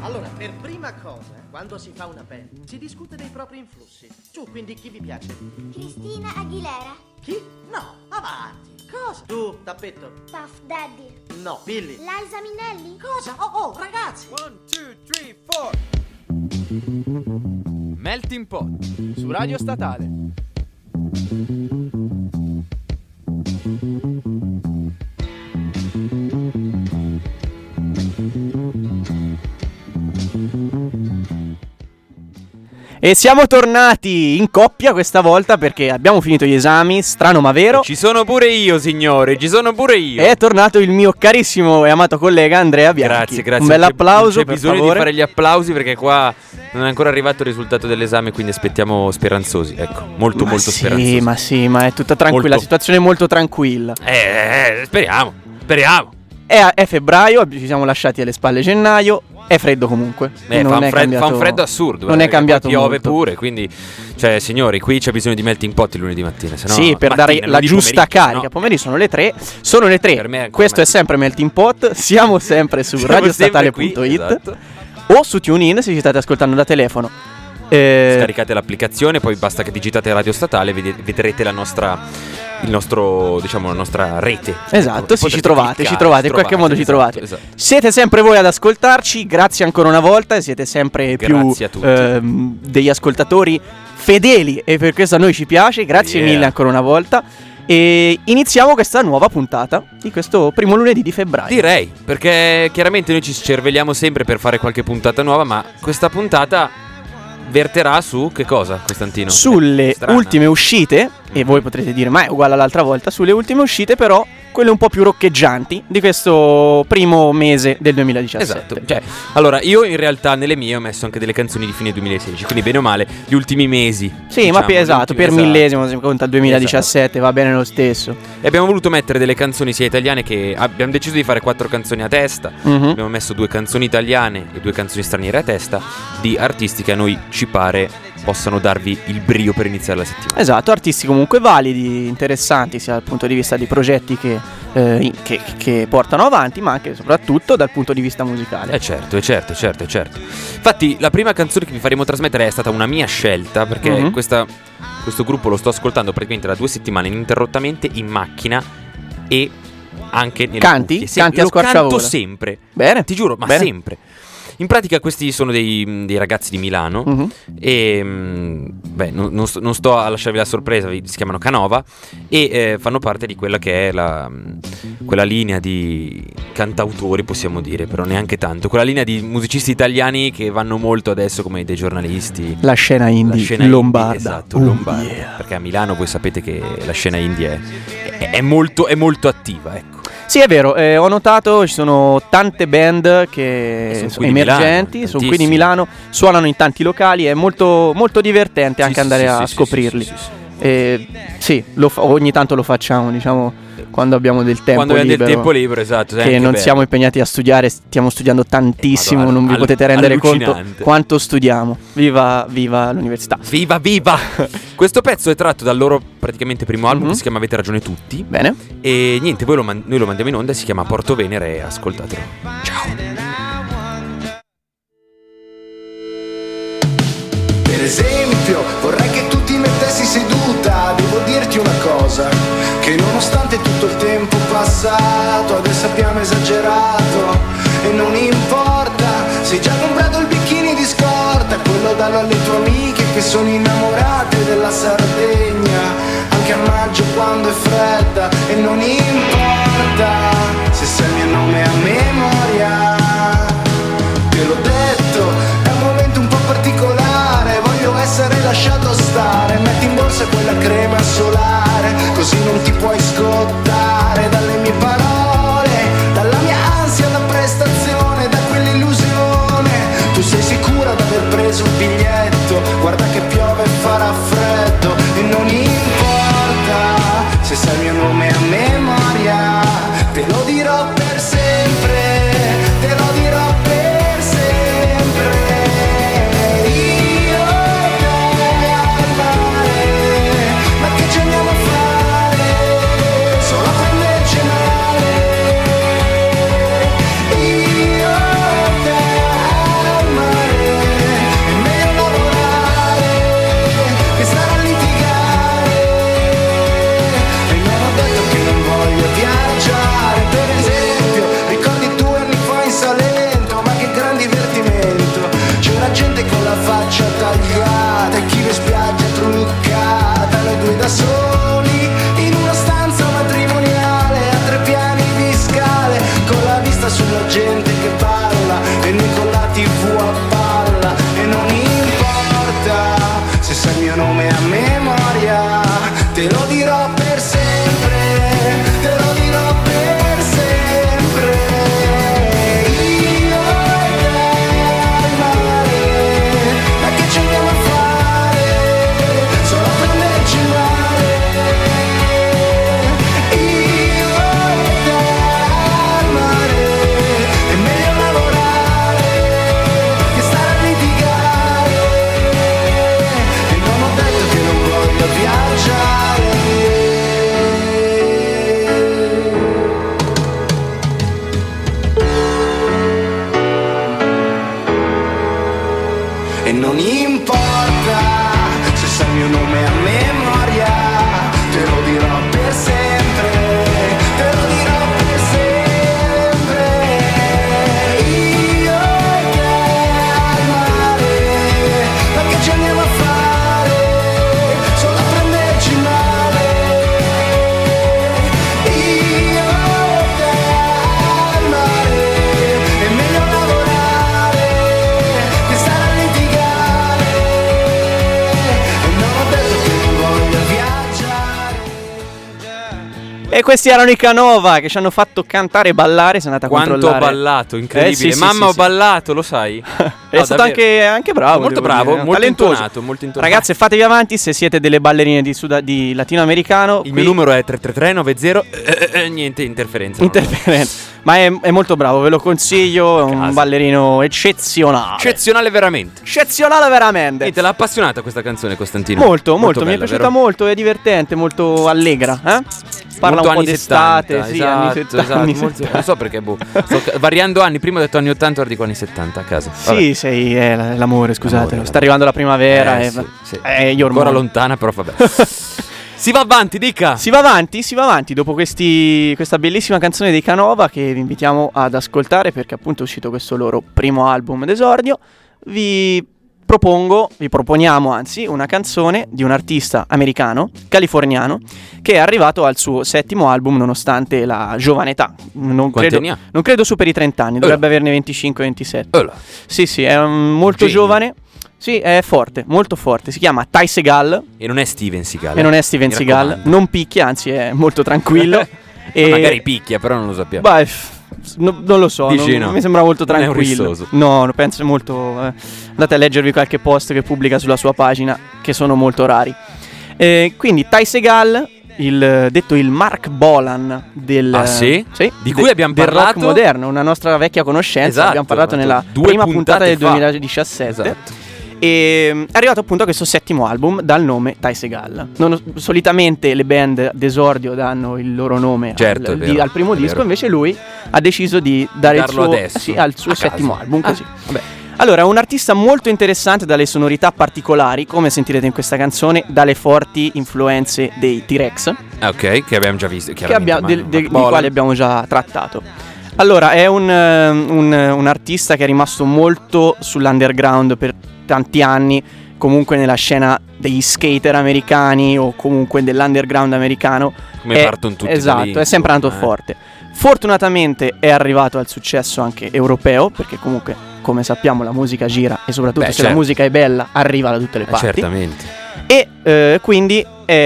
Allora, per prima cosa, quando si fa una band, si discute dei propri influssi. Su, quindi chi vi piace? Cristina Aguilera. Chi? No, avanti. Cosa? Tu, Tappetto. Puff Daddy. No, Billy. Liza Minnelli. Cosa? Oh, ragazzi. 1, 2, 3, 4. Melting Pot su Radio Statale. E siamo tornati in coppia questa volta perché abbiamo finito gli esami, strano ma vero. Ci sono pure io, signore, ci sono pure io. È tornato il mio carissimo e amato collega Andrea Bianchi. Grazie. Un bel applauso, c'è per bisogno favore. di fare gli applausi perché qua non è ancora arrivato il risultato dell'esame, quindi aspettiamo speranzosi, ecco, molto speranzosi. Ma è tutta tranquilla, Molto. la situazione è molto tranquilla. Speriamo. È febbraio, ci siamo lasciati alle spalle gennaio. È freddo comunque. Fa un freddo assurdo. Non è cambiato piove molto. pure, quindi cioè signori, qui c'è bisogno di melting pot il lunedì mattina, sennò sì, per mattina, dare la lunedì giusta pomeriggio, carica. Pomeriggio sono le 3. Sono le 3. Per me è ancora Questo è mattina. sempre Melting Pot. Siamo sempre su Siamo radiostatale.it sempre qui, esatto. o su TuneIn se ci state ascoltando da telefono. Scaricate l'applicazione, poi basta che digitate Radio Statale, vedrete la nostra rete. Esatto, sì, Potete ci trovate, cliccare, in qualche modo ci trovate. esatto. Siete sempre voi ad ascoltarci, grazie ancora una volta, e siete sempre Grazie a tutti. degli ascoltatori fedeli e per questo a noi ci piace, grazie Yeah. mille ancora una volta. E iniziamo questa nuova puntata di questo primo lunedì di febbraio. Direi, perché chiaramente noi ci cervelliamo sempre per fare qualche puntata nuova, ma questa puntata verterà su che cosa, Costantino? Sulle Strana. ultime uscite, e voi potrete dire ma è uguale all'altra volta, sulle ultime uscite però quelle un po' più roccheggianti di questo primo mese del 2017. Esatto, cioè, allora io in realtà nelle mie ho messo anche delle canzoni di fine 2016, quindi bene o male gli ultimi mesi. Sì, diciamo, ma esatto, per millesimo si conta il 2017, va bene lo stesso. E abbiamo voluto mettere delle canzoni sia italiane che abbiamo deciso di fare 4 canzoni a testa. Mhm. Abbiamo messo 2 canzoni italiane e 2 canzoni straniere a testa di artisti che a noi ci pare possano darvi il brio per iniziare la settimana. Esatto, artisti comunque validi, interessanti sia dal punto di vista di progetti che portano avanti, ma anche e soprattutto dal punto di vista musicale. Certo. Infatti la prima canzone che vi faremo trasmettere è stata una mia scelta, perché Mhm. questo gruppo lo sto ascoltando praticamente da 2 settimane ininterrottamente in macchina e anche nelle Canti? cuffie. Canti a Lo squarciagola? canto sempre. Bene, Ti giuro, ma bene. sempre. In pratica questi sono dei ragazzi di Milano Mhm. e non sto a lasciarvi la sorpresa, si chiamano Canova e fanno parte di quella che è quella linea di cantautori, possiamo dire, però neanche tanto, quella linea di musicisti italiani che vanno molto adesso come dei giornalisti. La scena indie lombarda. Esatto, Oh, lombarda. yeah. Perché a Milano voi sapete che la scena indie è molto attiva, ecco. Sì, è vero, ho notato ci sono tante band che Sono sono qui di emergenti, Milano, sono qui di tantissimi. Milano, suonano in tanti locali, è molto, molto divertente anche Sì, andare sì, a sì, scoprirli. sì. Sì, ogni tanto lo facciamo, diciamo, quando abbiamo del tempo Quando abbiamo libero. del tempo libero, esatto. è Che anche non bello. siamo impegnati a studiare, stiamo studiando tantissimo, Madonna, non vi potete rendere conto allucinante. quanto studiamo. Viva l'università. Viva! Questo pezzo è tratto dal loro praticamente primo album, Mhm. che si chiama Avete ragione tutti. Bene. E niente, noi lo mandiamo in onda, si chiama Porto Venere, e ascoltatelo. Ciao. Per esempio, vorrei che tu ti mettessi seduta. Devo dirti una cosa, che nonostante tutto il tempo passato, adesso abbiamo esagerato e non importa. Se già comprato il bikini di scorta, quello dallo alle tue amiche che sono innamorate della Sardegna. Anche a maggio quando è fredda e non importa se sai il mio nome a memoria. Te l'ho detto, è un momento un po' particolare, voglio essere lasciato stare. Metti in borsa quella crema solare, così non ti puoi scottare dalle mie parole, dalla mia ansia da prestazione, da quell'illusione. Tu sei sicura d'aver preso il biglietto? Guarda che piove e farà freddo e non importa se sai il mio nome a memoria. Te lo dirò per sempre, te lo dirò per sempre. Io come al mare, non importa se sai il mio nome a memoria, te lo dirò per sempre, te lo dirò per sempre. Io e te al mare, ma che ci andiamo a fare? Solo a prenderci male. Io e te al mare, è meglio lavorare che stare a litigare. E non ho detto che non voglio viaggiare. E questi erano i Canova che ci hanno fatto cantare e ballare. Sei andata a Quanto ho controllare. ballato, incredibile. Sì, Mamma, ho sì. ballato, lo sai? È No, stato anche bravo. Molto devo bravo, dire, molto talentuoso. intonato, molto intonato. Ragazze, fatevi avanti se siete delle ballerine di latinoamericano. Il mio numero è 33390. Niente interferenza. Interferenza. Ma è molto bravo, ve lo consiglio. È un Caso. ballerino eccezionale. Eccezionale veramente. Eccezionale veramente. E te l'ha appassionata questa canzone, Costantino? Molto, molto, mi è bella, piaciuta vero? molto, è divertente, molto allegra, Parla Molto un po' anni d'estate, 70, sì, esatto, anni 70. esatto, anni molto- 70. non so perché, sto variando anni, prima ho detto anni 80, ora dico anni 70 a caso. Sì, sei l'amore, scusate. L'amore. Sta arrivando la primavera Eh, e sì, sì. io ormai. Ancora lontana, però vabbè. Si va avanti, dica. Si va avanti dopo questa bellissima canzone dei Canova che vi invitiamo ad ascoltare perché appunto è uscito questo loro primo album d'esordio. Vi proponiamo anzi una canzone di un artista americano, californiano, che è arrivato al suo 7° album nonostante la giovane età. Non Quanti credo, anni ha? non credo superi i 30 anni, dovrebbe averne 25-27. Ola. Sì, è molto Genio. giovane. Sì, è forte, molto forte. Si chiama Ty Segall E non è Steven Seagal. e non è Steven Mi Seagal. raccomando. Non picchia, anzi è molto tranquillo. Ma magari picchia, però non lo sappiamo. Beh, non lo so, Dici non no? mi sembra molto Non è un tranquillo. rissoso. No, lo penso è molto. Andate a leggervi qualche post che pubblica sulla sua pagina, che sono molto rari. Quindi Ty Segall, detto il Mark Bolan del. Ah, sì? Di cui abbiamo del parlato? rock moderno, una nostra vecchia conoscenza. Esatto, abbiamo parlato nella 2 prima puntata del puntate fa. 2017. Esatto. E è arrivato appunto a questo 7° album dal nome Ty Segall. Solitamente le band d'esordio danno il loro nome Certo, è vero, al primo è disco, vero. invece lui ha deciso di dare il Darlo suo, adesso, sì, al suo a caso. 7° album così. Vabbè. Allora, è un artista molto interessante dalle sonorità particolari, come sentirete in questa canzone, dalle forti influenze dei T-Rex, Ok, che abbiamo già visto. che di Bolan. quali abbiamo già trattato. Allora, è un artista che è rimasto molto sull'underground per tanti anni, comunque nella scena degli skater americani o comunque dell'underground americano. Come partono tutti da Esatto, lì, è sempre andato insomma, forte. Fortunatamente è arrivato al successo anche europeo, perché comunque, come sappiamo, la musica gira e soprattutto se la certo. musica è bella arriva da tutte le parti. Certamente. E quindi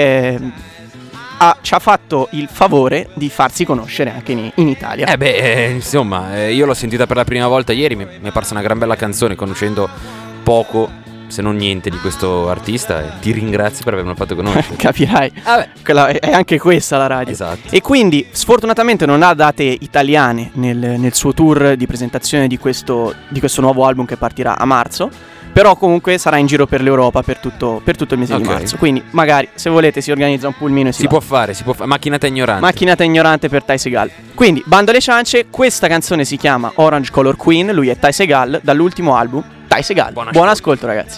ci ha fatto il favore di farsi conoscere anche in Italia. Insomma, io l'ho sentita per la prima volta ieri, mi è parsa una gran bella canzone, conoscendo poco, se non niente, di questo artista, e ti ringrazio per avermelo fatto conoscere. Capirai. Vabbè. È anche questa la radio. Esatto. E quindi sfortunatamente non ha date italiane nel suo tour di presentazione di questo nuovo album che partirà a marzo. Però comunque sarà in giro per l'Europa per tutto il mese di Ok. marzo. Quindi magari se volete si organizza un pulmino e si Si va. può fare. Macchinata ignorante. Macchinata ignorante per Ty Segall. Quindi, bando alle ciance, questa canzone si chiama Orange Color Queen. Lui è Ty Segall dall'ultimo album Ty Segall. Buon ascolto, ragazzi.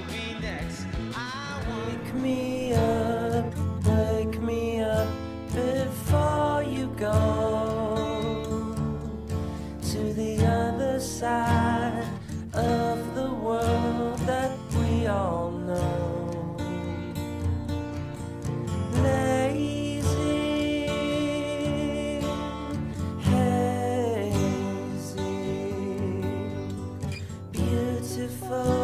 Wake me up before you go to the other side of the world that we all know. Lazy, hazy, beautiful.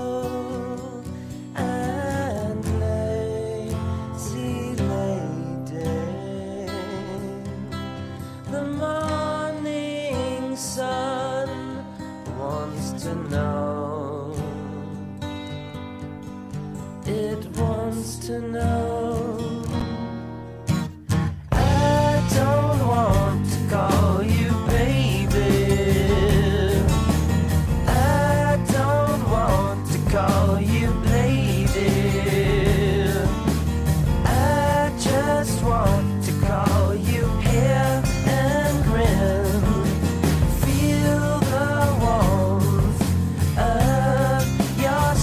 To know I don't want to call you baby. I don't want to call you lady. I just want to call you hair and grin. Feel the warmth of your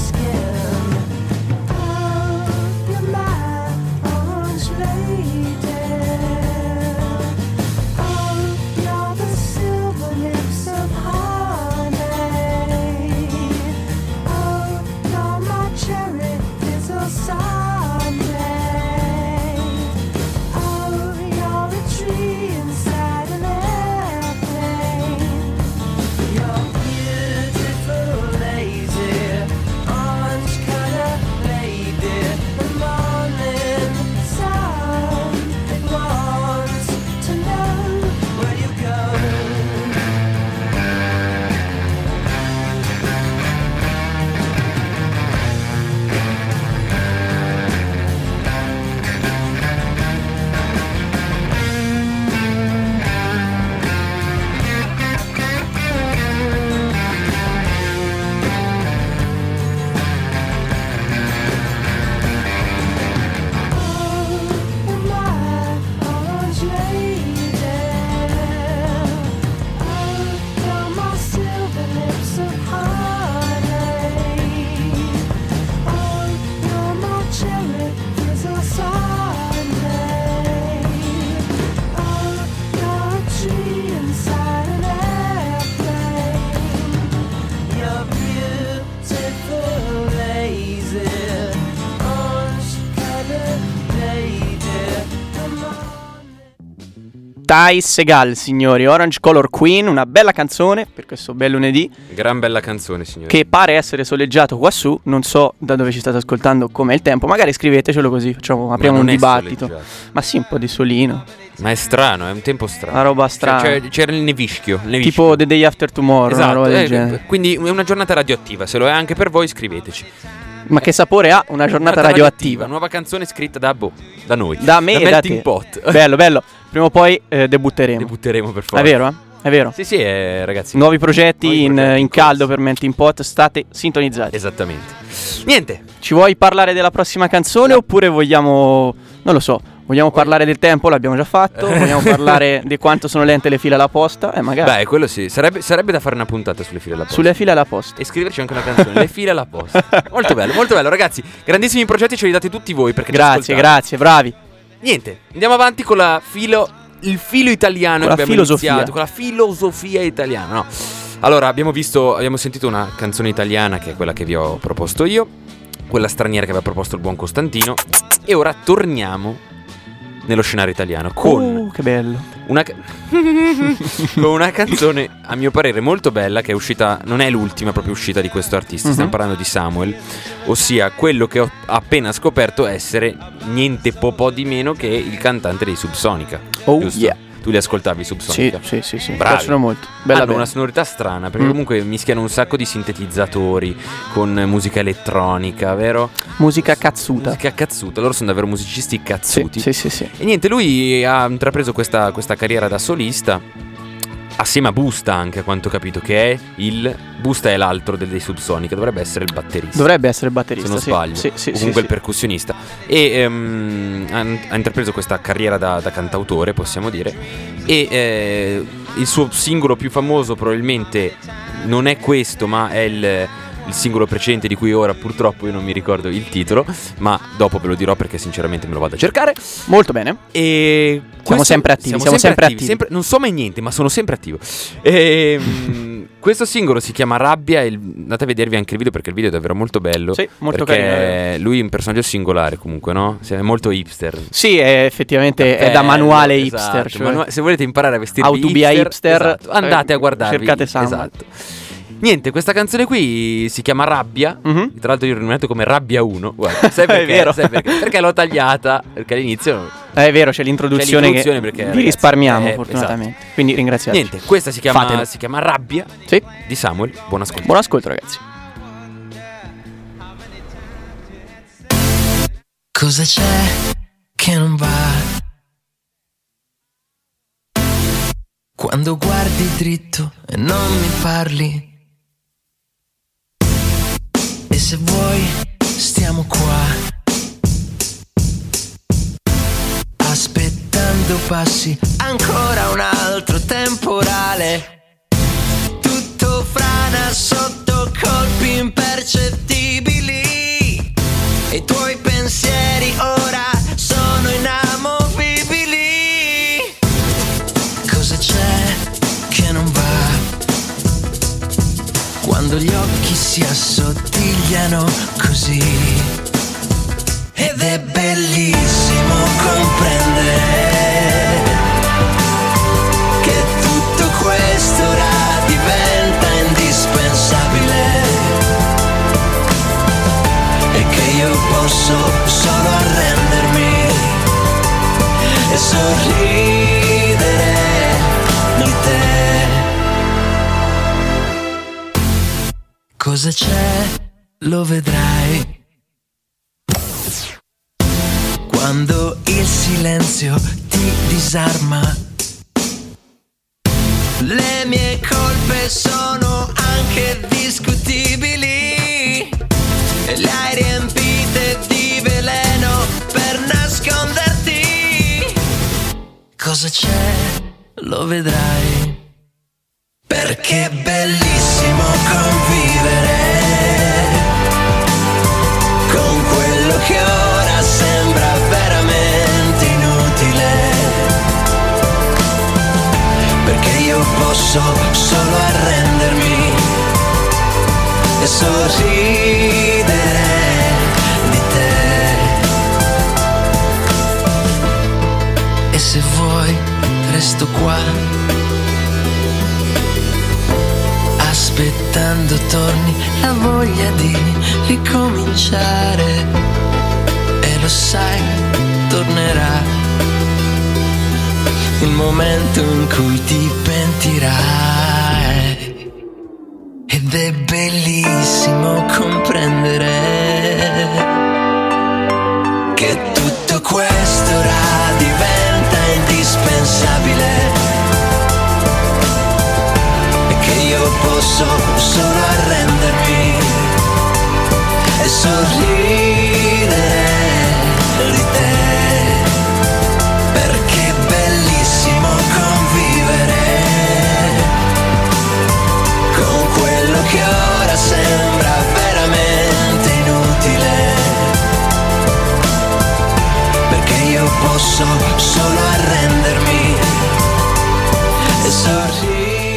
Ty Segall, signori, Orange Color Queen, una bella canzone per questo bel lunedì Gran bella canzone, signori. che pare essere soleggiato quassù, non so da dove ci state ascoltando, com'è il tempo, magari scrivetecelo così apriamo un non è dibattito. soleggiato. Ma sì, un po' di solino, Ma è strano, è un tempo strano. una roba strana, C'era il nevischio. tipo The Day After Tomorrow, una Esatto, roba del genere. quindi è una giornata radioattiva. Se lo è anche per voi, scriveteci. Ma che sapore ha una giornata radioattiva? Nuova canzone scritta da noi. Da me e da Melting te. Pot. Bello, bello. Prima o poi debutteremo. Debutteremo per forza. È vero, È vero. Sì, ragazzi. Nuovi progetti, Nuovi in progetti caldo per Melting Pot, state sintonizzati. Esattamente. Niente. Ci vuoi parlare della prossima canzone oppure vogliamo, non lo so, vogliamo parlare del tempo, l'abbiamo già fatto, vogliamo parlare di quanto sono lente le file alla posta, magari. Beh, quello sì. Sarebbe da fare una puntata sulle file alla posta. Sulle file alla posta. E scriverci anche una canzone, Le file alla posta. Molto bello, ragazzi. Grandissimi progetti ce li date tutti voi perché ci ascoltate. Grazie, bravi. Niente, andiamo avanti con il filo italiano Con che la abbiamo filosofia. iniziato, con la filosofia italiana, no? Allora, abbiamo sentito una canzone italiana che è quella che vi ho proposto io, quella straniera che aveva proposto il buon Costantino, e ora torniamo nello scenario italiano con Che bello. con una canzone a mio parere molto bella che è uscita, non è l'ultima proprio uscita di questo artista, stiamo parlando di Samuel, ossia quello che ho appena scoperto essere niente po' di meno che il cantante dei Subsonica. Oh, giusto? yeah. Tu li ascoltavi Subsonica? Sì. Mi Bravi. piacciono molto. Hanno una sonorità strana perché comunque mischiano un sacco di sintetizzatori con musica elettronica, vero? Musica cazzuta. Musica cazzuta, loro sono davvero musicisti cazzuti. Sì. E niente, lui ha intrapreso questa carriera da solista assieme a Busta anche, a quanto ho capito, che è Busta è l'altro dei Subsonica, dovrebbe essere il batterista. Dovrebbe essere il batterista, se non sbaglio, sì, o comunque il percussionista. E ha intrapreso questa carriera da cantautore, possiamo dire. E il suo singolo più famoso probabilmente non è questo, ma è il singolo precedente di cui ora purtroppo io non mi ricordo il titolo, ma dopo ve lo dirò perché sinceramente me lo vado a cercare. Molto bene. E Siamo sempre attivi, siamo sempre attivi. Non so mai niente, ma sono sempre attivo. Questo singolo si chiama Rabbia e andate a vedervi anche il video perché il video è davvero molto bello. Sì, molto perché carino. lui è un personaggio singolare comunque, no? È molto hipster. Sì, effettivamente è da manuale hipster, Esatto, cioè se volete imparare a vestirvi How to be a hipster, esatto, andate a guardarvi. cercate Samuel. Esatto. Niente, questa canzone qui si chiama Rabbia. Tra l'altro io l'ho nominato come Rabbia 1. Guarda, sai perché? È vero. Sai perché? Perché l'ho tagliata, perché all'inizio È vero, c'è l'introduzione, perché, vi ragazzi, risparmiamo fortunatamente. esatto. Quindi ringraziate. Niente, questa si Fatelo. chiama Rabbia Sì. di Samuel. Buon ascolto. Buon ascolto, ragazzi. Cosa c'è che non va? Quando guardi dritto e non mi parli. E se vuoi stiamo qua, aspettando passi ancora un altro temporale. Tutto frana sotto colpi impercettibili e i tuoi pensieri ora sono inamovibili. Cosa c'è che non va? Quando gli occhi si assottigliano così. Ed è bellissimo comprendere che tutto questo ora diventa indispensabile e che io posso solo arrendermi e sorridere di te. Cosa c'è? Lo vedrai quando il silenzio ti disarma. Le mie colpe sono anche discutibili e le hai riempite di veleno per nasconderti. Cosa c'è? Lo vedrai. Perché è bellissimo convivere con quello che ora sembra veramente inutile. Perché io posso solo arrendermi e sorridere di te. E se vuoi resto qua, aspettando torni la voglia di ricominciare. E lo sai, tornerà il momento in cui ti pentirai. Ed è bellissimo comprendere che tutto questo ora diventa indispensabile e che io posso solo arrendermi e sorridere di te, perché è bellissimo convivere con quello che ora sembra veramente inutile, perché io posso solo arrendermi e sorridere.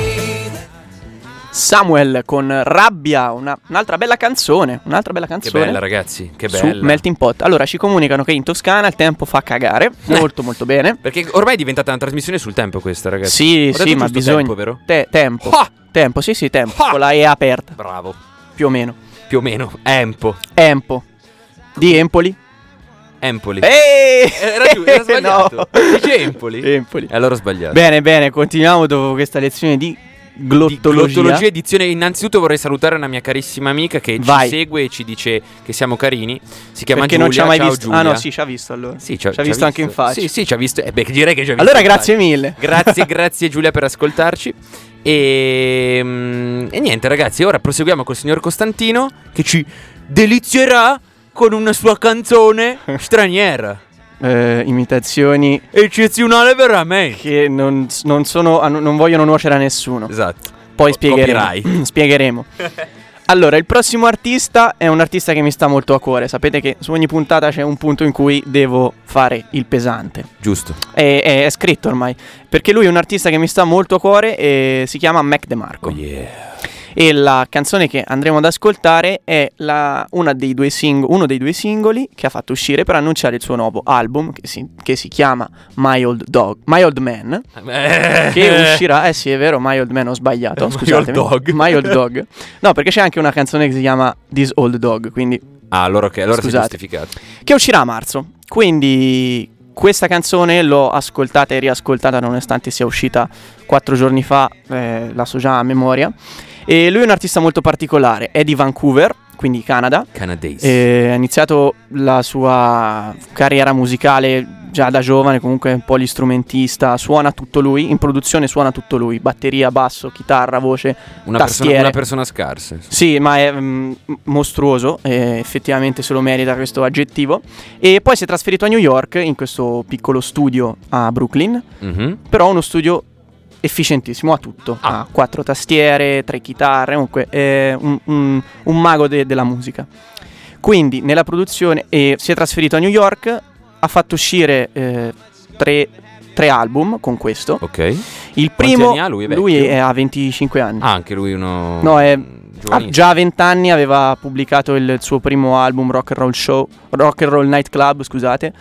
Samuel con Rabbia, un'altra bella canzone. Che bella, ragazzi, che bella. Su Melting Pot. Allora, ci comunicano che in Toscana il tempo fa cagare. Molto, molto bene. Perché ormai è diventata una trasmissione sul tempo questa, ragazzi. Sì, Ho detto sì, ma giusto bisogna. tempo, vero? Tempo. Ah! Tempo, sì, tempo. Ah! Con la E aperta. Bravo. Più o meno. Più o meno. Empo. Di Empoli. Empoli. Era sbagliato. Dice Empoli. Empoli. E allora ho sbagliato. Bene, bene, continuiamo dopo questa lezione di glottologia. Edizione. Innanzitutto vorrei salutare una mia carissima amica che Vai. ci segue e ci dice che siamo carini. Si chiama Perché Giulia. non ci ha mai Ciao, visto. Giulia. Ah no, sì, ci ha visto allora. Sì, ci ha visto anche in faccia. Sì, ci ha visto. Direi che ci ha visto. Allora in grazie faccia. mille. Grazie Giulia per ascoltarci. E niente, ragazzi, ora proseguiamo col signor Costantino che ci delizierà con una sua canzone straniera. Imitazioni Eccezionale veramente. che non vogliono nuocere a nessuno. Esatto. Poi Copyright. spiegheremo. Allora, il prossimo artista è un artista che mi sta molto a cuore. Sapete che su ogni puntata c'è un punto in cui devo fare il pesante. Giusto. È scritto ormai. Perché lui è un artista che mi sta molto a cuore e si chiama Mac DeMarco. Oh yeah. E la canzone che andremo ad ascoltare è uno dei due singoli che ha fatto uscire per annunciare il suo nuovo album che si chiama My Old Man, che uscirà, sì è vero, My Old Man, ho sbagliato, scusatemi. My Old Dog. No, perché c'è anche una canzone che si chiama This Old Dog, quindi allora si è scusate. giustificato. Che uscirà a marzo. Quindi questa canzone l'ho ascoltata e riascoltata nonostante sia uscita 4 giorni fa, la so già a memoria. E lui è un artista molto particolare, è di Vancouver, quindi Canada. Canadese. Ha iniziato la sua carriera musicale già da giovane, comunque un polistrumentista, suona tutto lui, in produzione suona tutto lui, batteria, basso, chitarra, voce, tastiere. Una persona scarsa. Sì, ma è mostruoso, effettivamente se lo merita questo aggettivo. E poi si è trasferito a New York, in questo piccolo studio a Brooklyn, però uno studio efficientissimo, ha tutto, ha 4 tastiere, 3 chitarre, comunque è un mago della musica. Quindi nella produzione si è trasferito a New York, ha fatto uscire 3 album con questo. Ok. Il primo, anni ha lui? È vecchio? lui ha 25 anni. Ah, anche lui uno... No, giovanissimo. già a 20 anni aveva pubblicato il suo primo album Rock and Roll Night Club, scusate,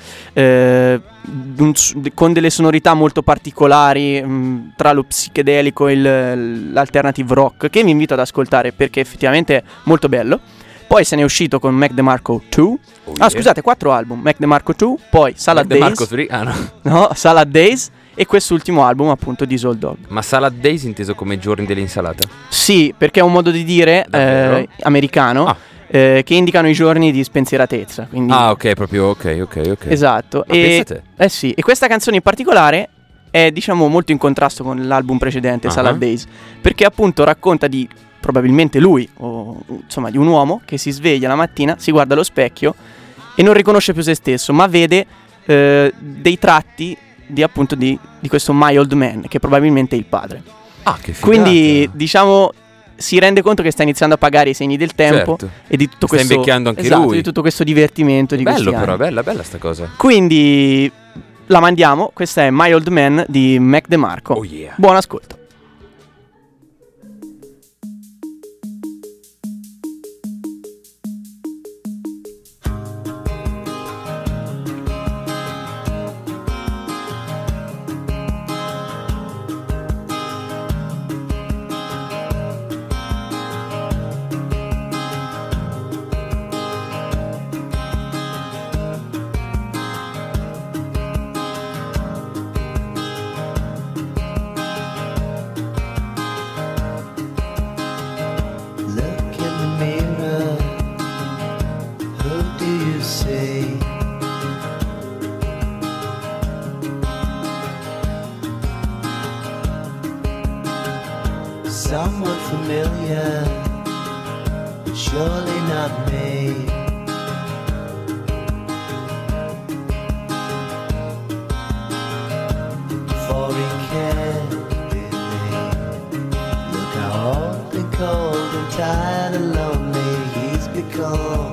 con delle sonorità molto particolari, tra lo psichedelico e l'alternative rock, che vi invito ad ascoltare perché effettivamente è molto bello. Poi se ne è uscito con Mac DeMarco 2. Scusate, 4 album. Mac DeMarco 2, poi Salad Days. No, Salad Days. E quest'ultimo album appunto di Old Dog. Ma Salad Days inteso come giorni dell'insalata? Sì, perché è un modo di dire americano che indicano i giorni di spensieratezza. Quindi... ok, proprio ok. Esatto. Pensate. Sì, e questa canzone in particolare è diciamo molto in contrasto con l'album precedente, Salad Days, perché appunto racconta di probabilmente lui, o insomma di un uomo che si sveglia la mattina, si guarda allo specchio e non riconosce più se stesso, ma vede dei tratti di questo My Old Man, che probabilmente è il padre. Che figata. Quindi diciamo si rende conto che sta iniziando a pagare i segni del tempo, certo. E di tutto questo, invecchiando anche lui, di tutto questo divertimento di bello, questi però anni. bella sta cosa. Quindi la mandiamo, questa è My Old Man di Mac DeMarco. Oh yeah. Buon ascolto. surely not me. For he can't be me. Look how old and cold and tired and lonely he's become.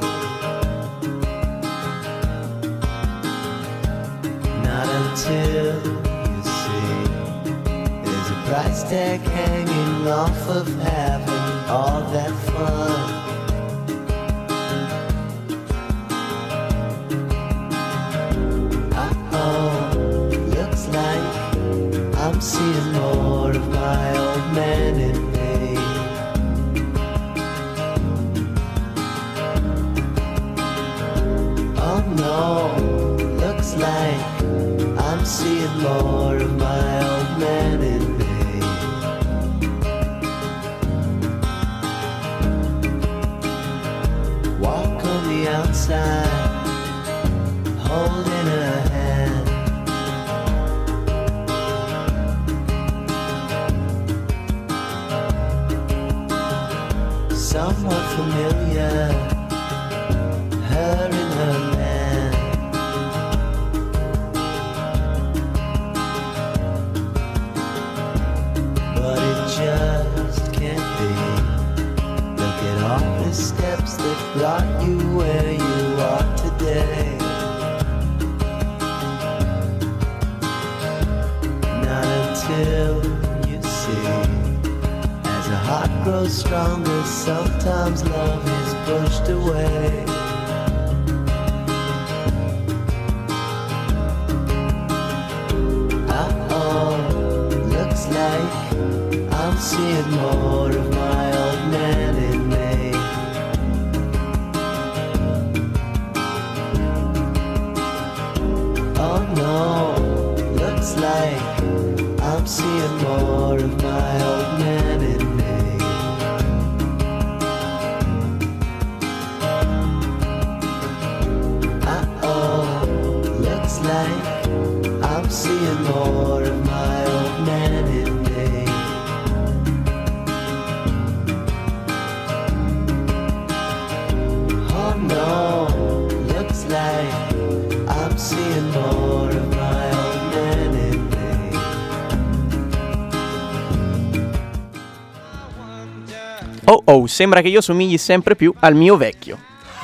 Not until you see there's a price tag hanging off of having all that fun. Uh-oh, looks like I'm seeing more of my old man in me. Oh no, looks like I'm seeing more of my old man in me. Walk on the outside, holding her hand. Somewhat familiar, her in her man. But it just can't be. Look at all the steps that brought you where you are today. Not until you see, as a heart grows stronger, sometimes love is pushed away. Looks like I'm seeing more of my old man in me. Oh no, looks like I'm seeing more of my old man in me. Uh-oh, looks like I'm seeing more of my old man in me. Oh no, looks like I'm seeing more of my old man in me. Oh oh, sembra che io somigli sempre più al mio vecchio.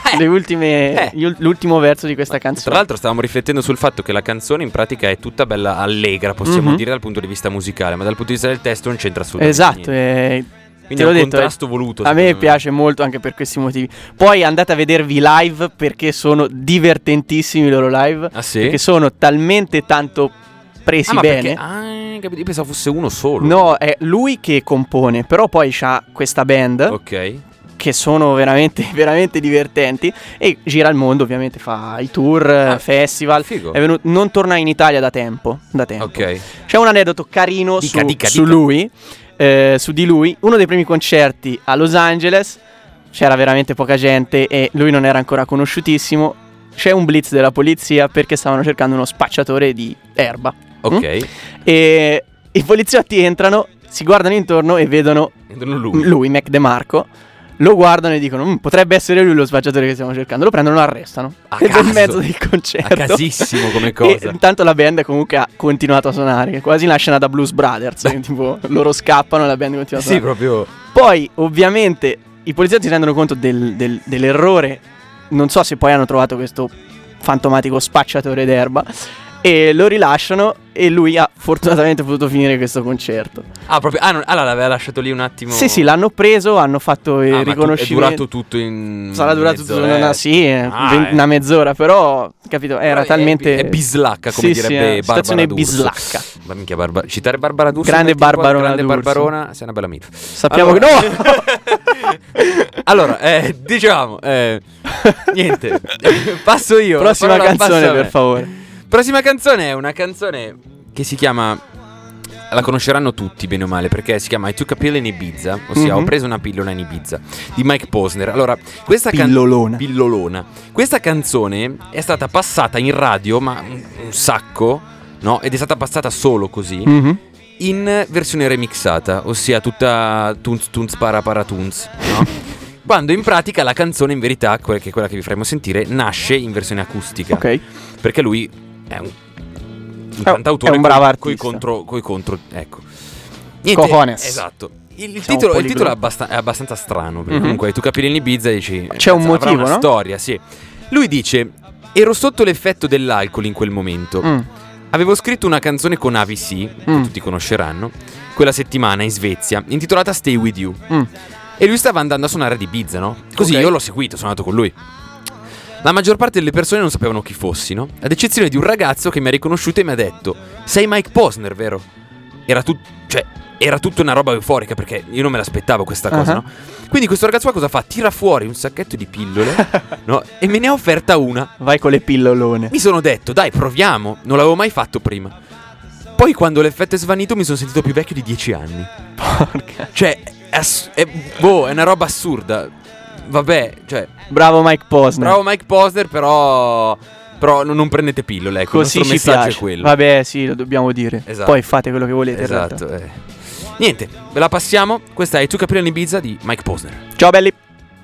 L'ultimo verso di questa canzone. Tra l'altro stavamo riflettendo sul fatto che la canzone in pratica è tutta bella allegra, possiamo dire dal punto di vista musicale, ma dal punto di vista del testo non c'entra assolutamente esatto, niente. Quindi te è un l'ho detto, contrasto voluto. a me piace molto anche per questi motivi. Poi andate a vedervi live perché sono divertentissimi i loro live. Ah sì? Perché sono talmente tanto presi bene. Capito, io pensavo fosse uno solo. No, è lui che compone, però poi c'ha questa band. Ok. Che sono veramente, veramente divertenti. E gira il mondo, ovviamente fa i tour, festival. Figo. Non torna in Italia da tempo. Ok. C'è un aneddoto carino su lui, su di lui. Uno dei primi concerti a Los Angeles, c'era veramente poca gente e lui non era ancora conosciutissimo. C'è un blitz della polizia perché stavano cercando uno spacciatore di erba. Ok. E i poliziotti entrano, si guardano intorno e vedono lui, Mac DeMarco. Lo guardano e dicono potrebbe essere lui lo spacciatore che stiamo cercando. Lo prendono e lo arrestano nel mezzo del concerto. A casissimo come cosa. E intanto la band comunque ha continuato a suonare, quasi una scena da Blues Brothers. Tipo loro scappano e la band continua a suonare. Sì, proprio. Poi ovviamente i poliziotti si rendono conto dell'errore. Non so se poi hanno trovato questo fantomatico spacciatore d'erba e lo rilasciano e lui ha fortunatamente potuto finire questo concerto. Ah, proprio. Allora l'aveva lasciato lì un attimo. Sì, l'hanno preso, hanno fatto il riconoscimento. È durato tutto in. Sarà durato tutto una mezz'ora, però capito, era talmente. È bislacca, come direbbe Barbara situazione D'Urso. bislacca. Ma minchia, citare Barbara D'Urso. Grande Barbarona Grande D'Urso. Barbarona, sei una bella amica. Sappiamo che no. Allora, diciamo niente. Passo io. Prossima canzone, per favore. Prossima canzone è una canzone che si chiama, la conosceranno tutti bene o male, perché si chiama I Took a Pill in Ibiza, ossia ho preso una pillola in Ibiza, di Mike Posner. Allora, questa pillolona. Questa canzone è stata passata in radio, ma un sacco, no? Ed è stata passata solo così, in versione remixata, ossia tutta tunz tunz para para tunz, no? quando in pratica la canzone in verità, che è quella che vi faremo sentire, nasce in versione acustica. Ok. Perché lui è un cantautore è un bravo coi artista. contro, ecco. Cojones. Esatto. Il Siamo titolo poliglotti. è abbastanza strano. Perché comunque tu capire in Ibiza e dici C'è un avrà motivo, una no? storia, sì. Lui dice: ero sotto l'effetto dell'alcol in quel momento. Avevo scritto una canzone con AVC, che tutti conosceranno, quella settimana in Svezia, intitolata Stay With You. E lui stava andando a suonare ad Ibiza, no? Così Ok. io l'ho seguito, sono andato con lui. La maggior parte delle persone non sapevano chi fossi, no? Ad eccezione di un ragazzo che mi ha riconosciuto e mi ha detto: sei Mike Posner, vero? Era tutta una roba euforica, perché io non me l'aspettavo questa cosa, no? Quindi questo ragazzo qua cosa fa? Tira fuori un sacchetto di pillole, no? E me ne ha offerta una. Vai con le pillolone. Mi sono detto, dai, proviamo. Non l'avevo mai fatto prima. Poi quando l'effetto è svanito mi sono sentito più vecchio di 10 anni. Porca. Cioè, è una roba assurda. Vabbè, cioè, Bravo Mike Posner. bravo Mike Posner, però non prendete pillole, ecco. Così il nostro ci messaggio piace. è quello. Vabbè, sì, lo dobbiamo dire. Esatto. Poi fate quello che volete in realtà. Esatto. Niente, ve la passiamo. Questa è Tu capire in Ibiza di Mike Posner. Ciao belli.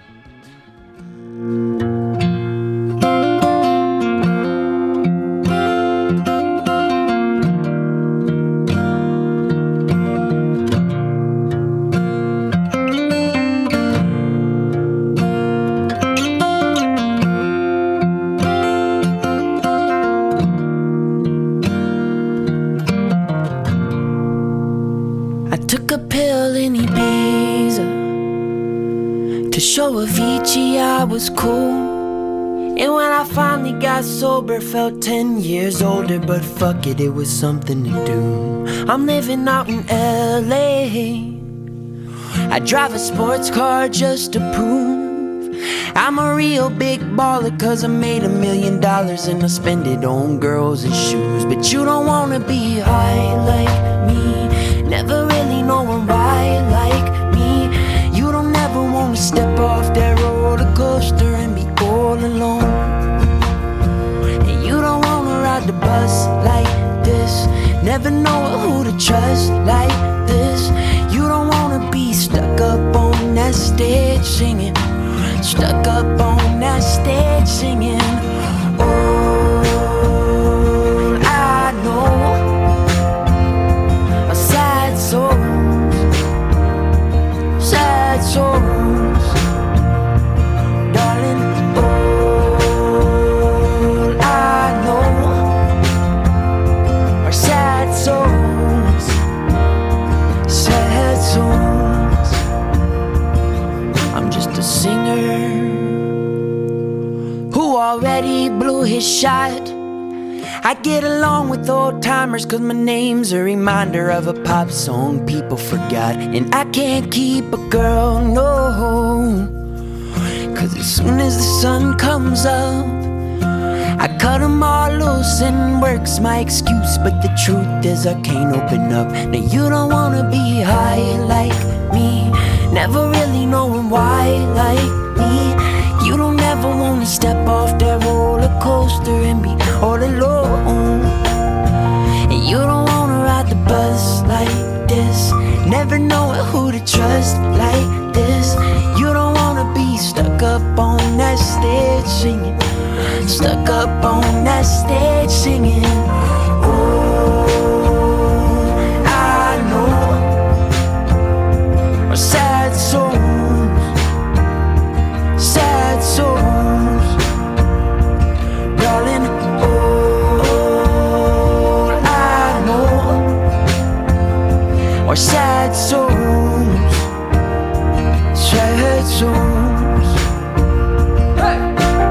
I took a pill in Ibiza to show Avicii I was cool. And when I finally got sober, felt 10 years older. But fuck it, it was something to do. I'm living out in LA. I drive a sports car just to prove I'm a real big baller, cause I made $1 million and I spend it on girls and shoes. But you don't wanna be high like me, never really knowing why like me. You don't ever wanna step off that roller coaster and be all alone. And you don't wanna ride the bus like this, never know who to trust like this. You don't wanna be stuck up on that stage singing, stuck up on that stage singing. All I know are sad songs, sad songs, darling. All I know are sad songs, sad songs. I'm just a singer who already blew his shot. I get along with old timers cause my name's a reminder of a pop song people forgot. And I can't keep a girl, no, cause as soon as the sun comes up I cut them all loose and work's my excuse. But the truth is I can't open up. Now you don't wanna be high like me, never really knowing why like me. You don't ever wanna step off that roller coaster and be all alone. And you don't wanna ride the bus like this, never know who to trust like this. You don't wanna be stuck up on that stage singing, stuck up on that stage singing. Oh, I know are sad songs, sad songs, darling. All I know are sad songs, sad songs. Hey!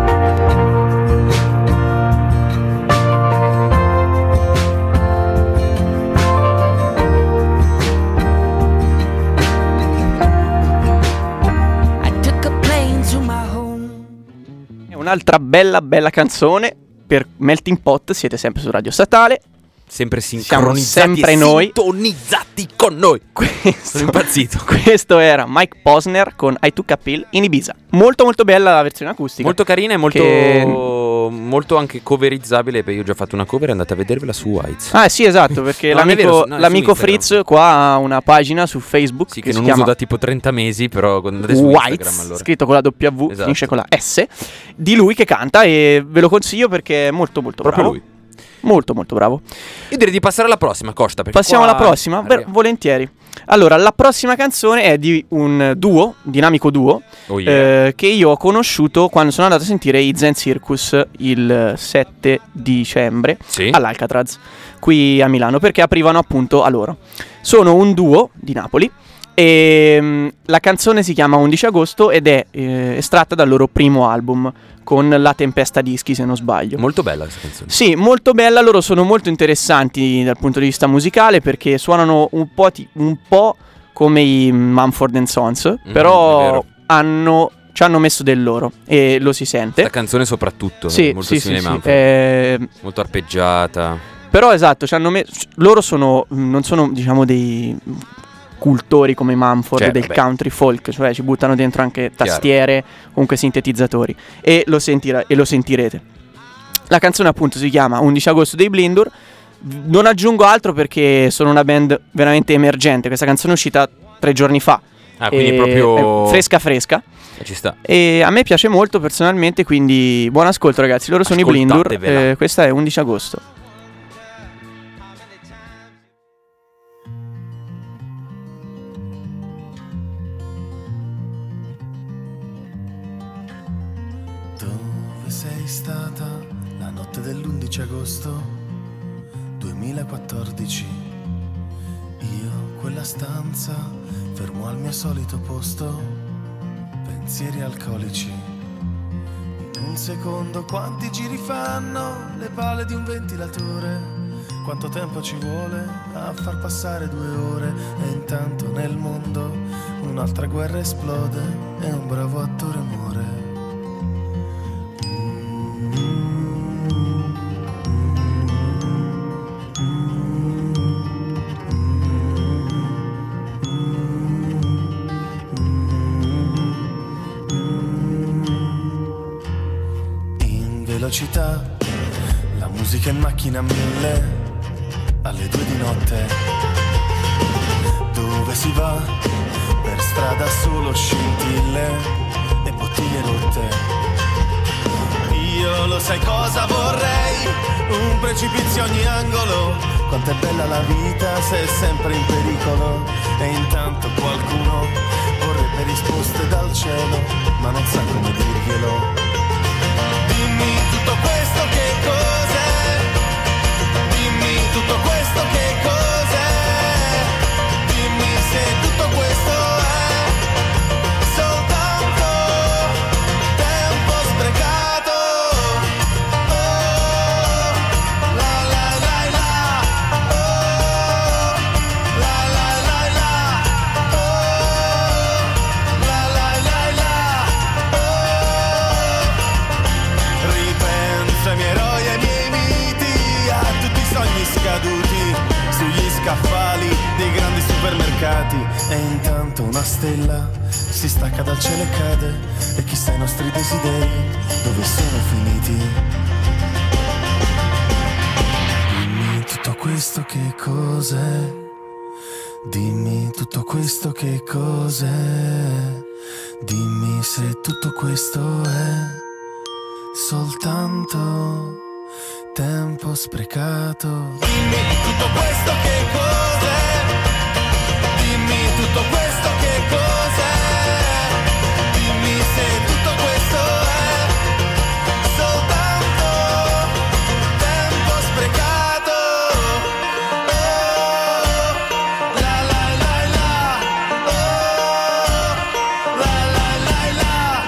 Un'altra bella canzone per Melting Pot. Siete sempre su Radio Statale. Sempre Siamo sincronizzati sempre e noi, sintonizzati con noi. Sono impazzito. Questo era Mike Posner con I Took a Pill in Ibiza. Molto bella la versione acustica. Molto carina e molto che molto anche coverizzabile, perché io ho già fatto una cover, andate a vedervela su Whites. Ah sì, esatto, perché No, non è vero, no, è su l'amico Instagram. Fritz qua ha una pagina su Facebook Sì, che che si non chiama uso da tipo 30 mesi, però andate su Instagram Whites, allora. scritto con la W, Esatto. finisce con la S, di lui che canta, e ve lo consiglio perché è molto molto Proprio bravo. lui. Molto molto bravo. Io direi di passare alla prossima, Costa. perché Passiamo qua alla prossima, arriva- volentieri. Allora, la prossima canzone è di un duo, dinamico duo, Oh yeah. che io ho conosciuto quando sono andato a sentire i Zen Circus il 7 dicembre Sì. all'Alcatraz, qui a Milano, perché aprivano appunto a loro. Sono un duo di Napoli e la canzone si chiama 11 agosto ed è estratta dal loro primo album con La Tempesta Dischi, se non sbaglio. Molto bella questa canzone. Sì, molto bella, loro sono molto interessanti dal punto di vista musicale perché suonano un po' come i Mumford & Sons, è però vero. ci hanno messo del loro e lo si sente. La canzone soprattutto, Sì, molto sì, simile sì, ai sì. Mumford. Molto arpeggiata. Però esatto, loro non sono diciamo dei cultori come i Mumford Cioè, del vabbè. country folk, cioè ci buttano dentro anche tastiere, comunque sintetizzatori e lo sentirete. La canzone appunto si chiama 11 agosto dei Blindur. Non aggiungo altro perché sono una band veramente emergente. Questa canzone è uscita 3 giorni fa. Ah, quindi E- proprio è fresca. Ci sta. E a me piace molto personalmente, quindi buon ascolto ragazzi. Loro sono i Blindur. Ascoltatevela. Questa è 11 agosto. Dove sei stata la notte dell'11 agosto 2014? Io, quella stanza, fermo al mio solito posto, pensieri alcolici. In un secondo quanti giri fanno le pale di un ventilatore? Quanto tempo ci vuole a far passare 2 ore? E intanto nel mondo un'altra guerra esplode e un bravo attore muore. In velocità, la musica in macchina a 1000, alle 2 di notte. Dove si va? Per strada solo scintille e bottiglie rotte. Io lo sai cosa vorrei? Un precipizio a ogni angolo. Quanto è bella la vita se è sempre in pericolo. E intanto qualcuno vorrebbe risposte dal cielo, ma non sa come dirglielo. Dimmi tutto questo che cos'è? Dimmi tutto questo che cos'è? Dimmi se tutto questo è soltanto tempo sprecato. Oh, la la la la. Oh, la la la la. Oh, la la la la. Oh, ripenso ai miei eroi e ai miei miti, a tutti i sogni scaduti sugli scaffali dei grandi supermercati. E intanto una stella si stacca dal cielo e cade, e chissà i nostri desideri dove sono finiti. Dimmi tutto questo che cos'è? Dimmi tutto questo che cos'è? Dimmi se tutto questo è soltanto tempo sprecato. Dimmi tutto questo che cos'è? Dimmi tutto questo che cos'è? Dimmi se tutto questo è soltanto tempo sprecato. Oh, la la la la. Oh, la la la la.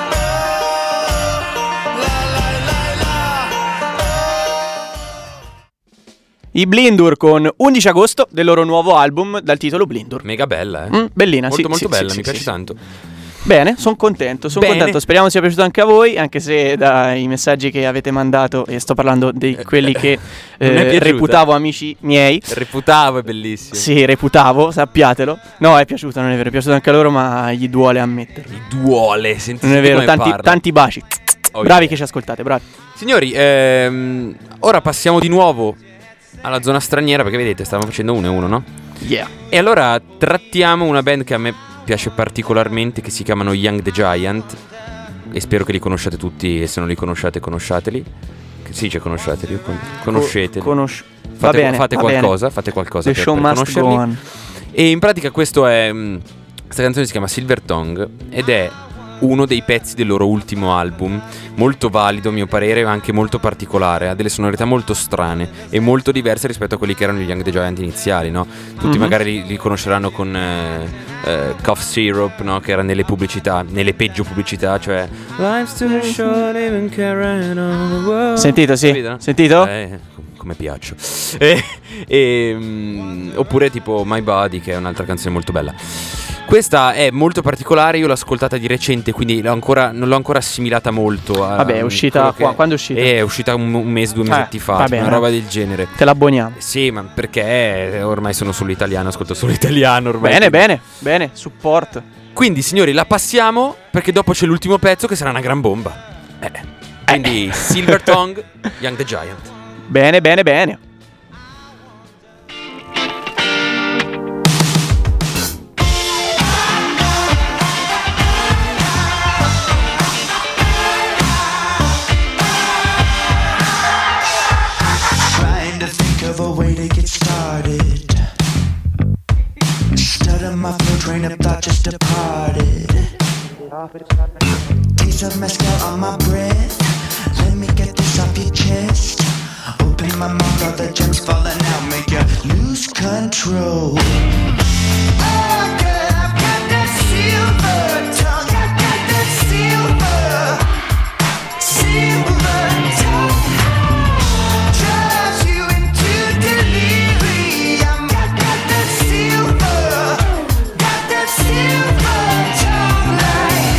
Oh, la la la la. I Blindur con 11 agosto del loro nuovo album dal titolo Blindur. Mega bella, eh. Bellina, Molto sì, molto sì, bella, sì, mi sì, piace sì. tanto. Bene, sono contento, Bene. Speriamo sia piaciuto anche a voi, anche se dai messaggi che avete mandato, e sto parlando di quelli che Non è piaciuta? reputavo amici miei. Reputavo, è bellissimo. Sì, reputavo, sappiatelo. No, è piaciuta, non è vero, è piaciuta anche a loro, ma gli duole ammetterlo. Mi duole, sentite Non è vero, come parla. tanti baci. Bravi che ci ascoltate, bravi. Signori, ora passiamo di nuovo alla zona straniera, perché vedete, stavamo facendo 1 e 1, no? Yeah. E allora trattiamo una band che a me piace particolarmente, che si chiamano Young the Giant, e spero che li conosciate tutti, e se non li conosciate conosciateli. Sì, conosciateli, conosceteli. Fate qualcosa The per show must conoscerli. go on. E in pratica questa canzone si chiama Silver Tongue ed è uno dei pezzi del loro ultimo album, molto valido a mio parere, ma anche molto particolare, ha delle sonorità molto strane e molto diverse rispetto a quelli che erano gli Young the Giant iniziali, no? Tutti magari li conosceranno con Cough Syrup, no? Che era nelle pubblicità, nelle peggio pubblicità, cioè Life's too short, even carrying on the world. Sentito, sì. Capito? Sentito? Come piaccio. Oppure tipo My Body, che è un'altra canzone molto bella. Questa è molto particolare, io l'ho ascoltata di recente, quindi non l'ho ancora assimilata molto. Vabbè, è uscita quando è uscita? È uscita un mese, 2 mesetti fa, una roba del genere. Te l'abboniamo. Sì, ma perché ormai sono solo italiano, ascolto solo italiano ormai. Bene, support. Quindi signori, la passiamo, perché dopo c'è l'ultimo pezzo che sarà una gran bomba. Quindi Silver Tongue, Young the Giant. Bene. Trying to think of a way to get started. Stutter my flow, train of thought just departed. Taste of mezcal on my breath. Let me get this off your chest. Open my mouth, all the gems falling out, make you lose control. Oh girl, I've got that silver tongue. I've got that silver tongue. Drives you into delirium. I've got that silver tongue. Like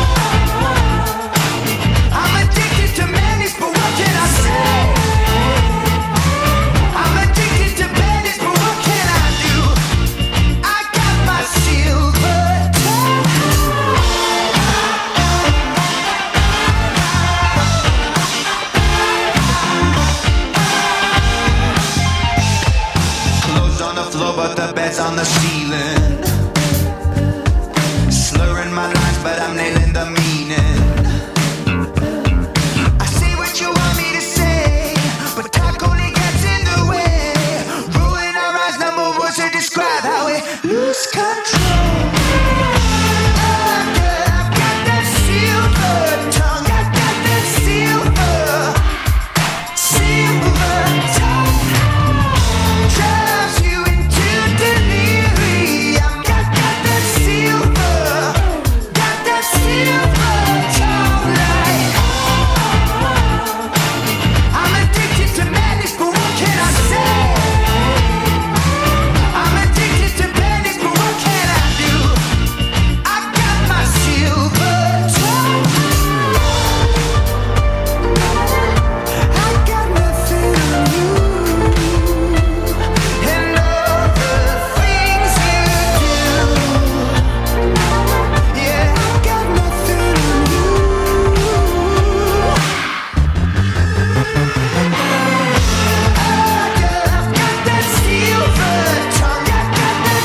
I'm addicted to madness, but what can I say? I'm addicted to madness, but what can I do? I got my silver tongue. Clothes on the floor, but the bed's on the ceiling. Slurring my lines, but I'm nailing the meaning. I say what you want me to say, but talk only gets in the way. Rolling our eyes, number words to describe how we lose control. Oh, girl, I've got that silver tongue. I've got that silver tongue. Drives you into delirium. Got that silver tongue. Like I'm addicted to madness, but what can I say? I'm addicted to madness, but what can I do? I got my silver tongue. I got nothing on you, and all the things you do. Yeah, I got nothing on you. I've got that silver tongue. I've got that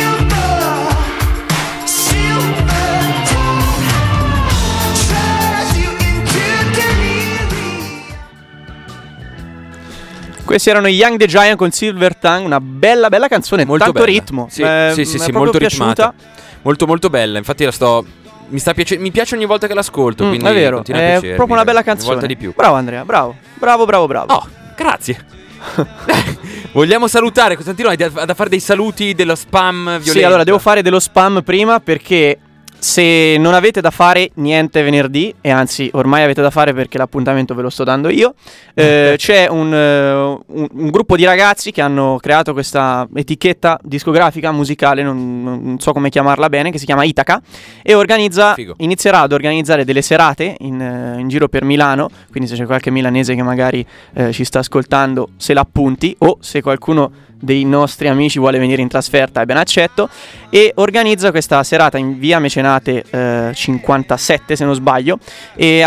silver tongue. Drives you into delirium. Questi erano i Young the Giant con Silver Tongue, una bella canzone, Molto tanto bella. ritmo. Sì, mi è sì, proprio molto piaciuta. ritmata. Molto bella. Infatti mi piace ogni volta che l'ascolto, quindi è vero, continua a è piacermi, proprio una bella Una canzone. volta di più. Bravo Andrea, bravo. Oh, grazie. Vogliamo salutare Costantino, hai da fare dei saluti dello spam violento. Sì, allora devo fare dello spam prima, perché se non avete da fare niente venerdì, e anzi ormai avete da fare perché l'appuntamento ve lo sto dando io, c'è un gruppo di ragazzi che hanno creato questa etichetta discografica musicale, non so come chiamarla bene, che si chiama Itaca, e Figo. inizierà ad organizzare delle serate in giro per Milano, quindi se c'è qualche milanese che magari ci sta ascoltando, se l'appunti, o se qualcuno dei nostri amici vuole venire in trasferta, è ben accetto, e organizza questa serata in via Mecenate 57 se non sbaglio, e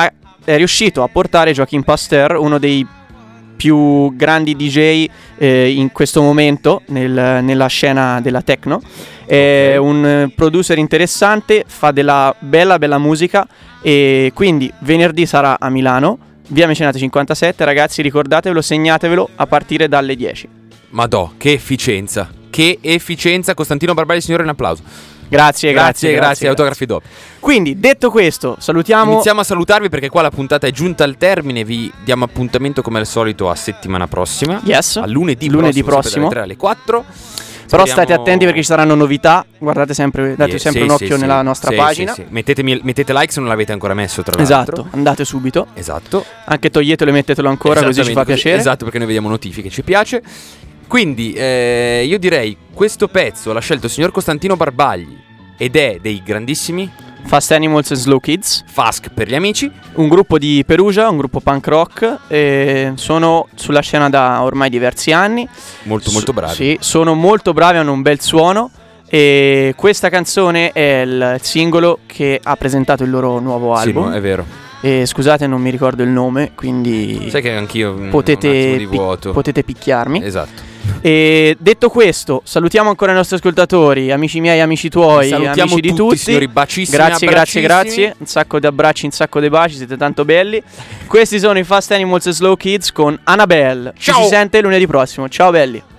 è riuscito a portare Joachim Pasteur, uno dei più grandi DJ in questo momento nella scena della techno. È un producer interessante, fa della bella musica, e quindi venerdì sarà a Milano, via Mecenate 57. Ragazzi, ricordatevelo, segnatevelo, a partire dalle 10. Madò, che efficienza, Costantino Barbagli, signore, un applauso. Grazie, autografi dopo. Quindi, detto questo, salutiamo. Iniziamo a salutarvi perché qua la puntata è giunta al termine. Vi diamo appuntamento come al solito a settimana prossima. Yes. A lunedì prossimo. Dalle 3 alle 4. Però state attenti perché ci saranno novità. Guardate sempre, date sempre un occhio nella nostra pagina. Sì. Mettete like se non l'avete ancora messo, tra l'altro. Esatto, andate subito. Esatto. Anche toglietelo e mettetelo ancora, così ci fa piacere. Esatto, perché noi vediamo notifiche, ci piace. Quindi io direi, questo pezzo l'ha scelto il signor Costantino Barbagli ed è dei grandissimi Fast Animals and Slow Kids, Fask per gli amici, un gruppo di Perugia, un gruppo punk rock, sono sulla scena da ormai diversi anni. Molto bravi. Sì, sono molto bravi, hanno un bel suono, e questa canzone è il singolo che ha presentato il loro nuovo album. Sì, no, è vero. E scusate, non mi ricordo il nome, quindi sai che anch'io potete picchiarmi. Esatto. E detto questo, salutiamo ancora i nostri ascoltatori, amici miei, amici tuoi, salutiamo amici di tutti. Signori, bacissimi, grazie. Un sacco di abbracci, un sacco di baci, siete tanto belli. Questi sono i Fast Animals e Slow Kids con Annabelle. Ci si sente lunedì prossimo. Ciao belli.